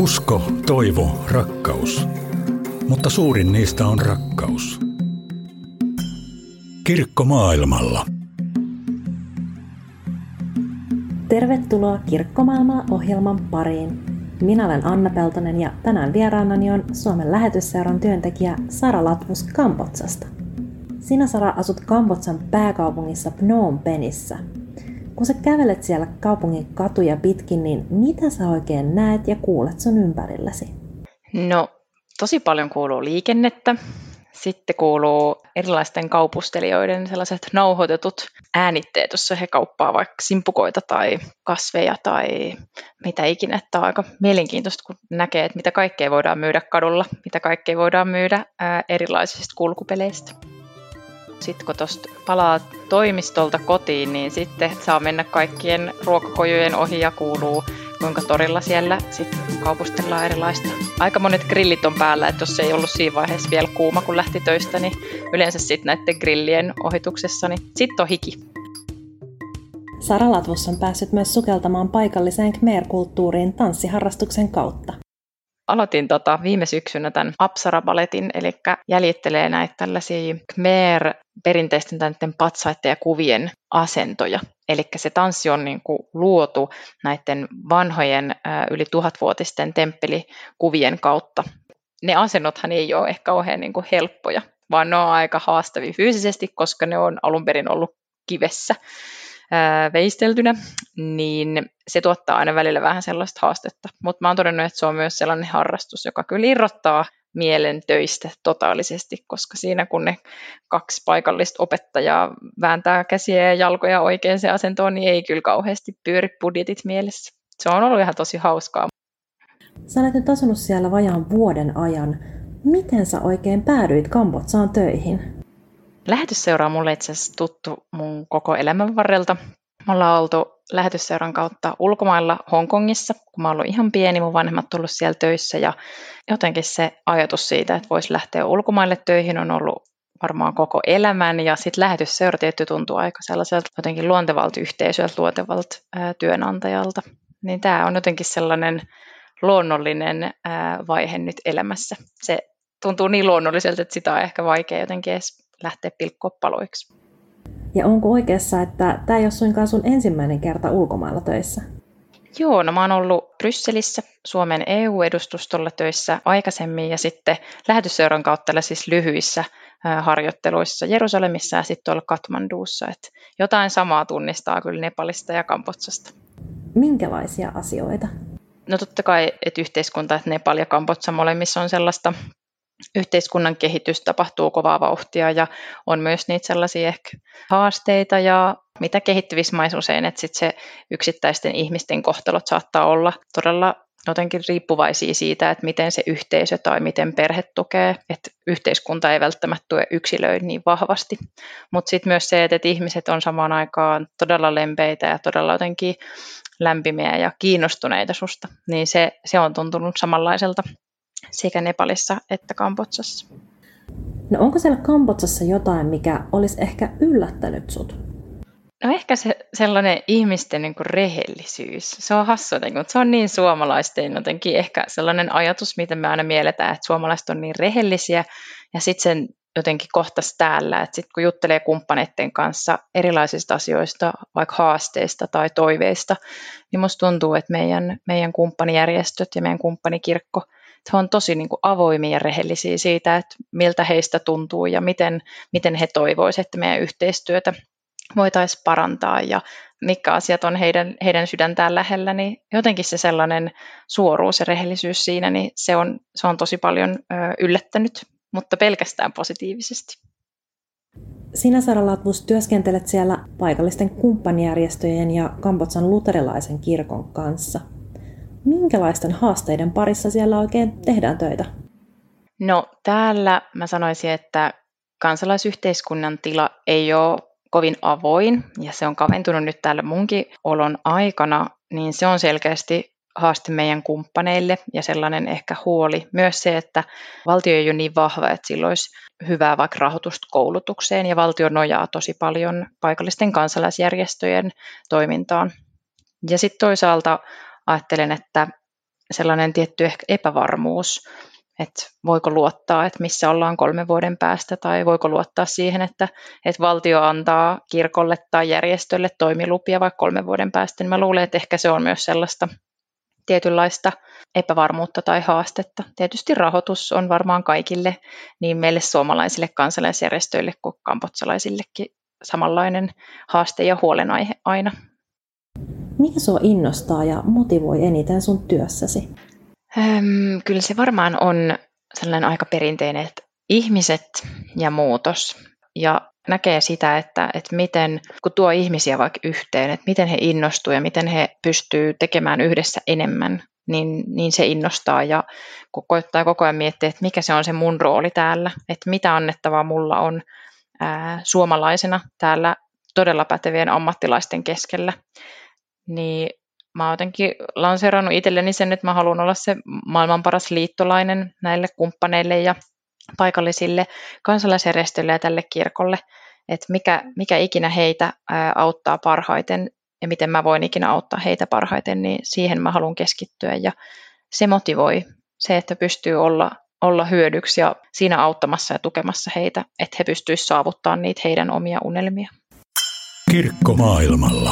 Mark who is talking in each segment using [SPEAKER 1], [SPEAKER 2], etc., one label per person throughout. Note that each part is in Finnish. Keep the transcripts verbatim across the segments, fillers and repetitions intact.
[SPEAKER 1] Usko, toivo, rakkaus. Mutta suurin niistä on rakkaus. Kirkko maailmalla.
[SPEAKER 2] Tervetuloa Kirkkomaailmaa-ohjelman pariin. Minä olen Anna Peltonen ja tänään vieraanani on Suomen Lähetysseuran työntekijä Sara Latvus Kambodsasta. Sinä, Sara, asut Kambodsan pääkaupungissa Phnom Penhissä. Kun sä kävelet siellä kaupungin katuja pitkin, niin mitä sä oikein näet ja kuulet sun ympärilläsi?
[SPEAKER 3] No, tosi paljon kuuluu liikennettä. Sitten kuuluu erilaisten kaupustelijoiden sellaiset nauhoitetut äänitteet, jossa he kauppaa vaikka simpukoita tai kasveja tai mitä ikinä. Tämä on aika mielenkiintoista, kun näkee, että mitä kaikkea voidaan myydä kadulla, mitä kaikkea voidaan myydä ää, erilaisista kulkupeleistä. Sitten kun tuosta palaa toimistolta kotiin, niin sitten saa mennä kaikkien ruokakojujen ohi ja kuuluu, kuinka torilla siellä sitten kaupustellaan erilaista. Aika monet grillit on päällä, että jos ei ollut siinä vaiheessa vielä kuuma, kun lähti töistä, niin yleensä sitten näiden grillien ohituksessa, niin sitten on hiki.
[SPEAKER 2] Sara Latvus on päässyt myös sukeltamaan paikalliseen khmer-kulttuuriin tanssiharrastuksen kautta.
[SPEAKER 3] Aloitin tota viime syksynä tämän Apsara-baletin, eli jäljittelee näitä tällaisia khmer perinteisten näiden patsaiden ja kuvien asentoja. Eli se tanssi on niin kuin luotu näiden vanhojen yli tuhatvuotisten temppelikuvien kautta. Ne asennothan ei ole ehkä kauhean niin kuin helppoja, vaan ne on aika haastavia fyysisesti, koska ne on alun perin ollut kivessä ää, veisteltynä, niin se tuottaa aina välillä vähän sellaista haastetta. Mutta mä oon todennut, että se on myös sellainen harrastus, joka kyllä irrottaa mielen töistä totaalisesti, koska siinä kun ne kaksi paikallista opettajaa vääntää käsiä ja jalkoja oikein se asentoon, niin ei kyllä kauheasti pyöri budjetit mielessä. Se on ollut ihan tosi hauskaa.
[SPEAKER 2] Sä olet nyt asunut siellä vajaan vuoden ajan. Miten sä oikein päädyit Kambodsaan töihin?
[SPEAKER 3] Lähetysseura on mulle itse asiassa tuttu mun koko elämän varrelta. Me ollaan oltu lähetysseuran kautta ulkomailla Hongkongissa, kun mä oon ollut ihan pieni, mun vanhemmat on ollut siellä töissä ja jotenkin se ajatus siitä, että voisi lähteä ulkomaille töihin on ollut varmaan koko elämän ja sitten lähetysseura tietty tuntuu aika sellaiselta jotenkin luontevalta yhteisöltä, luontevalta ää, työnantajalta. Niin tämä on jotenkin sellainen luonnollinen ää, vaihe nyt elämässä. Se tuntuu niin luonnolliselta, että sitä on ehkä vaikea jotenkin edes lähteä pilkkoa paloiksi.
[SPEAKER 2] Ja onko oikeassa, että tämä ei ole suinkaan sun ensimmäinen kerta ulkomailla töissä?
[SPEAKER 3] Joo, no mä oon ollut Brysselissä Suomen E U-edustustolla töissä aikaisemmin ja sitten lähetysseuran kautta siis lyhyissä harjoitteluissa Jerusalemissa ja sitten tuolla Kathmandussa. Et jotain samaa tunnistaa kyllä Nepalista ja Kambodsasta.
[SPEAKER 2] Minkälaisia asioita?
[SPEAKER 3] No totta kai, että yhteiskunta, että Nepal ja Kambodsa molemmissa on sellaista yhteiskunnan kehitys tapahtuu kovaa vauhtia ja on myös niitä sellaisia ehkä haasteita ja mitä kehittyvissä maissa usein, että sit se yksittäisten ihmisten kohtalot saattaa olla todella jotenkin riippuvaisia siitä, että miten se yhteisö tai miten perhe tukee, että yhteiskunta ei välttämättä tue yksilöitä niin vahvasti, mutta sitten myös se, että ihmiset on samaan aikaan todella lempeitä ja todella jotenkin lämpimiä ja kiinnostuneita susta, niin se, se on tuntunut samanlaiselta sekä Nepalissa että Kambodsassa.
[SPEAKER 2] No onko siellä Kambodsassa jotain, mikä olisi ehkä yllättänyt sut?
[SPEAKER 3] No ehkä se sellainen ihmisten niin kuin rehellisyys. Se on hassu jotenkin, mutta se on niin suomalaisten jotenkin ehkä sellainen ajatus, miten me aina mielletään, että suomalaiset on niin rehellisiä ja sitten sen jotenkin kohtas täällä, että sitten kun juttelee kumppaneiden kanssa erilaisista asioista, vaikka haasteista tai toiveista, niin musta tuntuu, että meidän, meidän kumppanijärjestöt ja meidän kumppanikirkko he on tosi niin kuin avoimia ja rehellisiä siitä, että miltä heistä tuntuu ja miten, miten he toivoisivat, että meidän yhteistyötä voitaisiin parantaa ja mitkä asiat on heidän, heidän sydäntään lähellä, niin jotenkin se sellainen suoruus ja rehellisyys siinä, niin se on, se on tosi paljon ö, yllättänyt, mutta pelkästään positiivisesti.
[SPEAKER 2] Sinä, Sara Latvus, työskentelet siellä paikallisten kumppanijärjestöjen ja Kambodsan luterilaisen kirkon kanssa. Minkälaisten haasteiden parissa siellä oikein tehdään töitä?
[SPEAKER 3] No täällä mä sanoisin, että kansalaisyhteiskunnan tila ei ole kovin avoin ja se on kaventunut nyt täällä munkin olon aikana, niin se on selkeästi haaste meidän kumppaneille ja sellainen ehkä huoli. Myös se, että valtio ei ole niin vahva, että sillä olisi hyvää vaikka rahoitusta koulutukseen ja valtio nojaa tosi paljon paikallisten kansalaisjärjestöjen toimintaan. Ja sitten toisaalta ajattelen, että sellainen tietty ehkä epävarmuus, että voiko luottaa, että missä ollaan kolmen vuoden päästä, tai voiko luottaa siihen, että, että valtio antaa kirkolle tai järjestölle toimilupia vaikka kolmen vuoden päästä, niin mä luulen, että ehkä se on myös sellaista tietynlaista epävarmuutta tai haastetta. Tietysti rahoitus on varmaan kaikille, niin meille suomalaisille kansalaisjärjestöille kuin kambodsalaisillekin samanlainen haaste ja huolenaihe aina.
[SPEAKER 2] Mikä sua innostaa ja motivoi eniten sun työssäsi?
[SPEAKER 3] Öm, kyllä se varmaan on sellainen aika perinteinen, että ihmiset ja muutos. Ja näkee sitä, että, että miten, kun tuo ihmisiä vaikka yhteen, että miten he innostuu ja miten he pystyy tekemään yhdessä enemmän, niin, niin se innostaa. Ja kun koittaa koko ajan miettiä, että mikä se on se mun rooli täällä, että mitä annettavaa mulla on ää, suomalaisena täällä todella pätevien ammattilaisten keskellä, niin mä oon jotenkin lanseerannut itselleni sen, että mä haluan olla se maailman paras liittolainen näille kumppaneille ja paikallisille kansalaisjärjestöille ja tälle kirkolle, että mikä, mikä ikinä heitä ää, auttaa parhaiten ja miten mä voin ikinä auttaa heitä parhaiten, niin siihen mä haluan keskittyä ja se motivoi se, että pystyy olla, olla hyödyksi ja siinä auttamassa ja tukemassa heitä, että he pystyisivät saavuttamaan niitä heidän omia unelmia.
[SPEAKER 1] Kirkko maailmalla.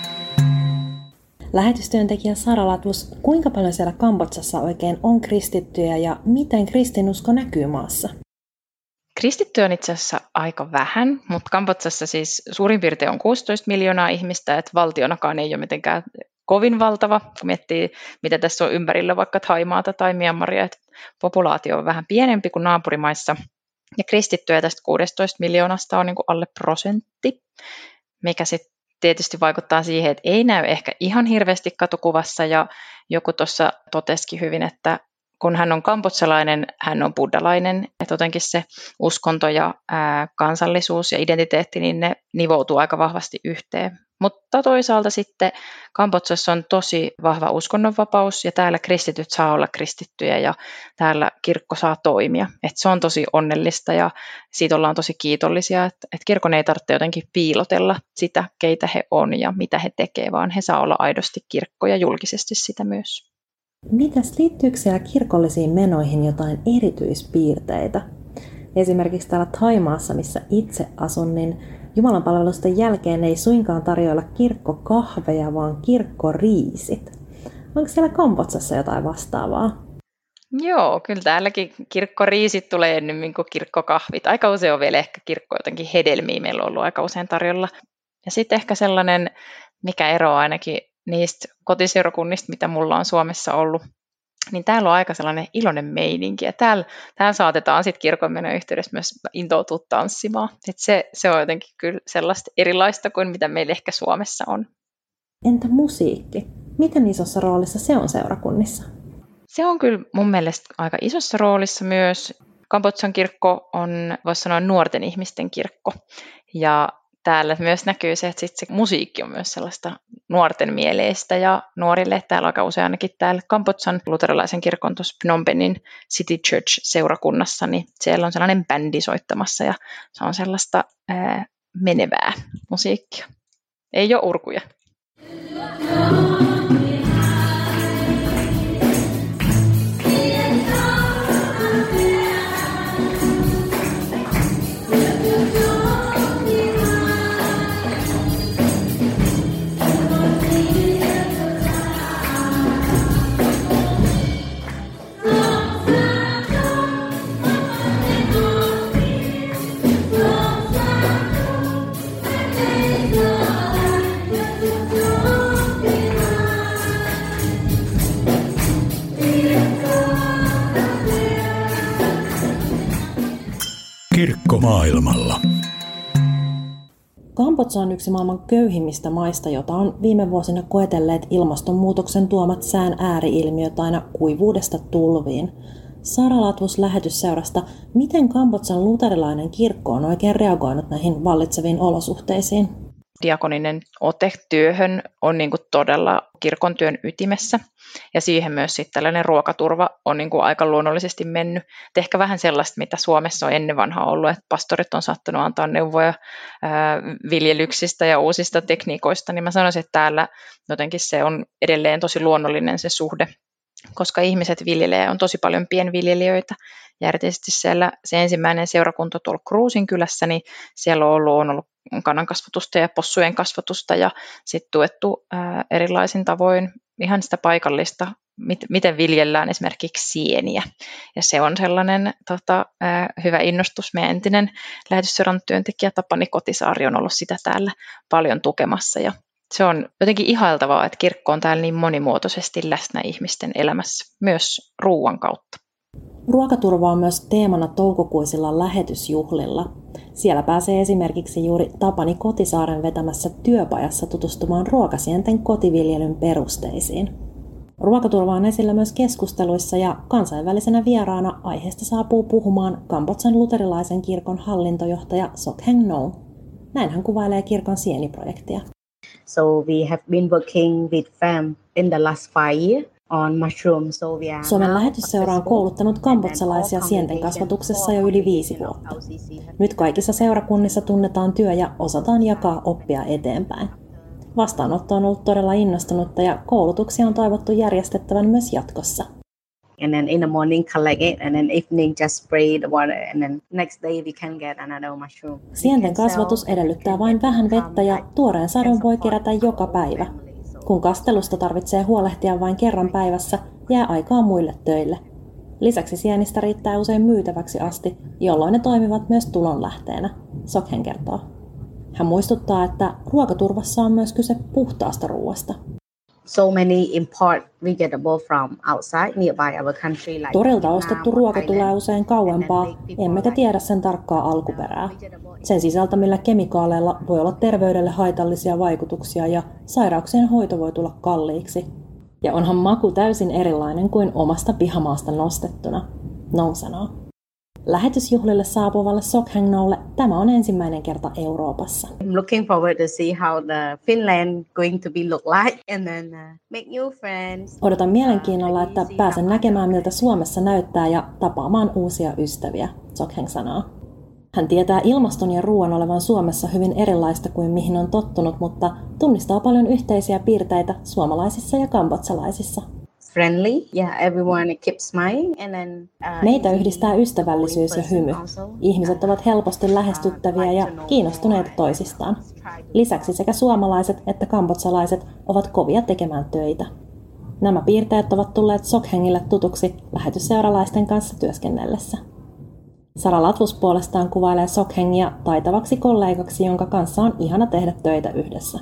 [SPEAKER 2] Lähetystyöntekijä Sara Latvus, kuinka paljon siellä Kambodsassa oikein on kristittyjä ja miten kristinusko näkyy maassa?
[SPEAKER 3] Kristittyjä on itse asiassa aika vähän, mutta Kambodsassa siis suurin piirtein on kuusitoista miljoonaa ihmistä, että valtionakaan ei ole mitenkään kovin valtava, kun miettii, mitä tässä on ympärillä vaikka Thaimaata tai Myanmaria, että populaatio on vähän pienempi kuin naapurimaissa. Ja kristittyjä tästä kuusitoista miljoonasta on niin kuin alle prosentti, mikä sitten tietysti vaikuttaa siihen, että ei näy ehkä ihan hirveästi katukuvassa, ja joku tuossa totesikin hyvin, että kun hän on kambodsalainen, hän on buddhalainen, että jotenkin se uskonto ja ää, kansallisuus ja identiteetti, niin ne nivoutuu aika vahvasti yhteen. Mutta toisaalta sitten Kambodsassa on tosi vahva uskonnonvapaus ja täällä kristityt saa olla kristittyjä ja täällä kirkko saa toimia. Et se on tosi onnellista ja siitä ollaan tosi kiitollisia, että et kirkon ei tarvitse jotenkin piilotella sitä, keitä he on ja mitä he tekevät, vaan he saa olla aidosti kirkko ja julkisesti sitä myös.
[SPEAKER 2] Mitäs liittyykö siellä kirkollisiin menoihin jotain erityispiirteitä? Esimerkiksi täällä Thaimaassa, missä itse asun, niin jumalanpalvelusten jälkeen ei suinkaan tarjoilla kirkkokahveja, vaan kirkkoriisit. Onko siellä Kambodsassa jotain vastaavaa?
[SPEAKER 3] Joo, kyllä täälläkin kirkkoriisit tulee ennemmin kuin kirkkokahvit. Aika usein on vielä ehkä kirkko jotenkin hedelmiä meillä on ollut aika usein tarjolla. Ja sitten ehkä sellainen, mikä eroaa ainakin niistä kotiseurakunnista, mitä mulla on Suomessa ollut, niin täällä on aika sellainen iloinen meininki. Ja täällä, täällä saatetaan sitten kirkonmenon yhteydessä myös intoutua tanssimaan. Et se, se on jotenkin kyllä sellaista erilaista kuin mitä meillä ehkä Suomessa on.
[SPEAKER 2] Entä musiikki? Miten isossa roolissa se on seurakunnissa?
[SPEAKER 3] Se on kyllä mun mielestä aika isossa roolissa myös. Kambodžan kirkko on, voisi sanoa, nuorten ihmisten kirkko. Ja täällä myös näkyy se, että sit se musiikki on myös sellaista nuorten mieleistä ja nuorille. Täällä aika usein ainakin täällä Kambodžan luterilaisen kirkon tuossa Phnom Penin City Church-seurakunnassa, niin siellä on sellainen bändi soittamassa ja se on sellaista ää, menevää musiikkia. Ei ole urkuja.
[SPEAKER 1] Kirkko maailmalla.
[SPEAKER 2] Kambodža on yksi maailman köyhimmistä maista, jota on viime vuosina koetelleet ilmastonmuutoksen tuomat sään ääriilmiöt aina kuivuudesta tulviin. Sara Latvus lähetysseurasta, miten Kambodžan luterilainen kirkko on oikein reagoinut näihin vallitseviin olosuhteisiin?
[SPEAKER 3] Diakoninen ote työhön on niin kuin todella kirkon työn ytimessä ja siihen myös sitten tällainen ruokaturva on niin kuin aika luonnollisesti mennyt. Et ehkä vähän sellaista, mitä Suomessa on ennen vanhaa ollut, että pastorit on saattanut antaa neuvoja ää, viljelyksistä ja uusista tekniikoista, niin mä sanoisin, että täällä jotenkin se on edelleen tosi luonnollinen se suhde koska ihmiset viljelee, on tosi paljon pienviljelijöitä. Ja erityisesti siellä se ensimmäinen seurakunta tuolla Kruusin kylässä, niin siellä on ollut, on ollut kannankasvatusta ja possujen kasvatusta ja sitten tuettu ää, erilaisin tavoin ihan sitä paikallista, mit, miten viljellään esimerkiksi sieniä. Ja se on sellainen tota, ää, hyvä innostus. Meidän entinen lähetysseuran työntekijä Tapani Kotisaari on ollut sitä täällä paljon tukemassa ja se on jotenkin ihailtavaa, että kirkko on täällä niin monimuotoisesti läsnä ihmisten elämässä, myös ruuan kautta.
[SPEAKER 2] Ruokaturva on myös teemana toukokuisilla lähetysjuhlilla. Siellä pääsee esimerkiksi juuri Tapani Kotisaaren vetämässä työpajassa tutustumaan ruokasienten kotiviljelyn perusteisiin. Ruokaturva on esillä myös keskusteluissa ja kansainvälisenä vieraana aiheesta saapuu puhumaan Kambodžan luterilaisen kirkon hallintojohtaja Sok Heng No. Näin hän kuvailee kirkon sieniprojektia.
[SPEAKER 4] So we have been working with F A M in the last five years on mushroom. So we are
[SPEAKER 2] Suomen lähetysseura on kouluttanut kambodsalaisia sienten kasvatuksessa jo yli viisi vuotta. Nyt kaikissa seurakunnissa tunnetaan työ ja osataan jakaa oppia eteenpäin. Vastaanotto on ollut todella innostunutta ja koulutuksia on toivottu järjestettävän myös jatkossa.
[SPEAKER 4] And then in the morning collect it, and then evening just spray the water, and then next day we can get another mushroom.
[SPEAKER 2] Sienten kasvatus edellyttää vain vähän vettä ja tuoreen sadon voi kerätä joka päivä. Kun kastelusta tarvitsee huolehtia vain kerran päivässä, jää aikaa muille töille. Lisäksi sienistä riittää usein myytäväksi asti, jolloin ne toimivat myös tulonlähteenä, Sok Heng kertoo. Hän muistuttaa, että ruokaturvassa on myös kyse puhtaasta ruoasta.
[SPEAKER 4] So many import vegetable from outside nearby our country. Like
[SPEAKER 2] Torilta ostettu ruoka tulee usein kauempaa, emmekä tiedä sen tarkkaa alkuperää. Sen sisältämillä kemikaaleilla voi olla terveydelle haitallisia vaikutuksia ja sairauksien hoito voi tulla kalliiksi. Ja onhan maku täysin erilainen kuin omasta pihamaasta nostettuna, No sanoo. Lähetysjuhlille saapuvalle Sok Heng Nolle tämä on ensimmäinen kerta Euroopassa.
[SPEAKER 4] I'm looking forward to see how the Finland going to be look like and then uh, make new friends.
[SPEAKER 2] Odotan mielenkiinnolla, että pääsen näkemään miltä Suomessa näyttää ja tapaamaan uusia ystäviä, Sok Heng sanoo. Hän tietää ilmaston ja ruoan olevan Suomessa hyvin erilaista kuin mihin on tottunut, mutta tunnistaa paljon yhteisiä piirteitä suomalaisissa ja kambodsalaisissa.
[SPEAKER 4] Friendly, yeah, everyone keeps smiling and then uh,
[SPEAKER 2] Meitä yhdistää ystävällisyys ja hymy. Ihmiset ovat helposti lähestyttäviä ja kiinnostuneita toisistaan. Lisäksi sekä suomalaiset että kambodsalaiset ovat kovia tekemään töitä. Nämä piirteet ovat tulleet Sok Hengille tutuksi lähetysseuralaisten kanssa työskennellessä. Sara Latvus puolestaan kuvailee Sok Hengia taitavaksi kollegaksi, jonka kanssa on ihana tehdä töitä yhdessä.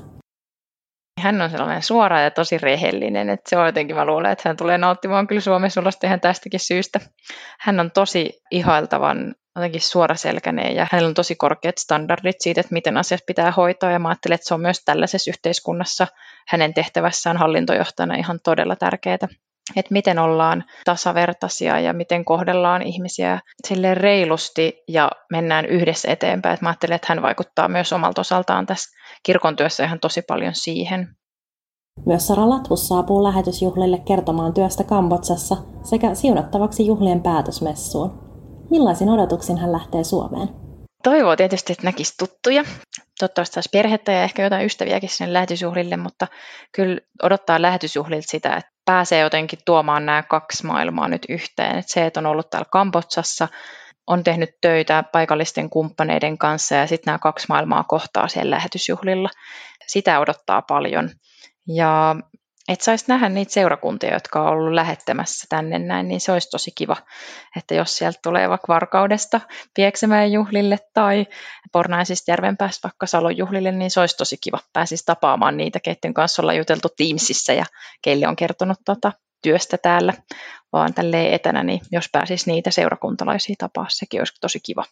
[SPEAKER 3] Hän on sellainen suora ja tosi rehellinen, että se on jotenkin, mä luulen, että hän tulee nauttimaan kyllä Suomen sulosta ihan tästäkin syystä. Hän on tosi ihailtavan jotenkin suoraselkäinen ja hänellä on tosi korkeat standardit siitä, että miten asiat pitää hoitaa ja mä ajattelen, että se on myös tällaisessa yhteiskunnassa hänen tehtävässään hallintojohtajana ihan todella tärkeää. Että miten ollaan tasavertaisia ja miten kohdellaan ihmisiä silleen reilusti ja mennään yhdessä eteenpäin. Et mä ajattelen, että hän vaikuttaa myös omalta osaltaan tässä kirkon työssä ihan tosi paljon siihen.
[SPEAKER 2] Myös Sara Latvus saapuu lähetysjuhlille kertomaan työstä Kambodsassa sekä siunattavaksi juhlien päätösmessuun. Millaisin odotuksin hän lähtee Suomeen?
[SPEAKER 3] Toivoo tietysti, että näkisi tuttuja. Toivottavasti taas perhettä ja ehkä jotain ystäviäkin sinne lähetysjuhlille, mutta kyllä odottaa lähetysjuhlilta sitä, että pääsee jotenkin tuomaan nämä kaksi maailmaa nyt yhteen. Että se, että on ollut täällä Kambodsassa, on tehnyt töitä paikallisten kumppaneiden kanssa ja sitten nämä kaksi maailmaa kohtaa siellä lähetysjuhlilla. Sitä odottaa paljon. Ja että saisi nähdä niitä seurakuntia, jotka on ollut lähettämässä tänne näin, niin se olisi tosi kiva, että jos sieltä tulee vaikka Varkaudesta Pieksämäen juhlille tai Pornaisista Järvenpäästä vaikka Salon juhlille, niin se olisi tosi kiva. Pääsisi tapaamaan niitä, keiden kanssa ollaan juteltu Teamsissa ja keille on kertonut tota työstä täällä, vaan tälleen etänä, niin jos pääsisi niitä seurakuntalaisia tapaa, sekin olisi tosi kiva.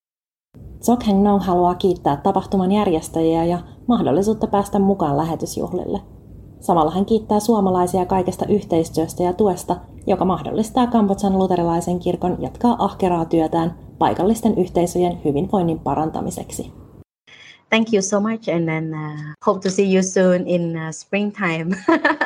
[SPEAKER 2] Sok Heng No haluaa kiittää tapahtuman järjestäjiä ja mahdollisuutta päästä mukaan lähetysjuhlille. Samalla hän kiittää suomalaisia kaikesta yhteistyöstä ja tuesta, joka mahdollistaa Kambodžan luterilaisen kirkon jatkaa ahkeraa työtään paikallisten yhteisöjen hyvinvoinnin parantamiseksi.
[SPEAKER 4] Thank you so much and then uh, hope to see you soon in uh, springtime.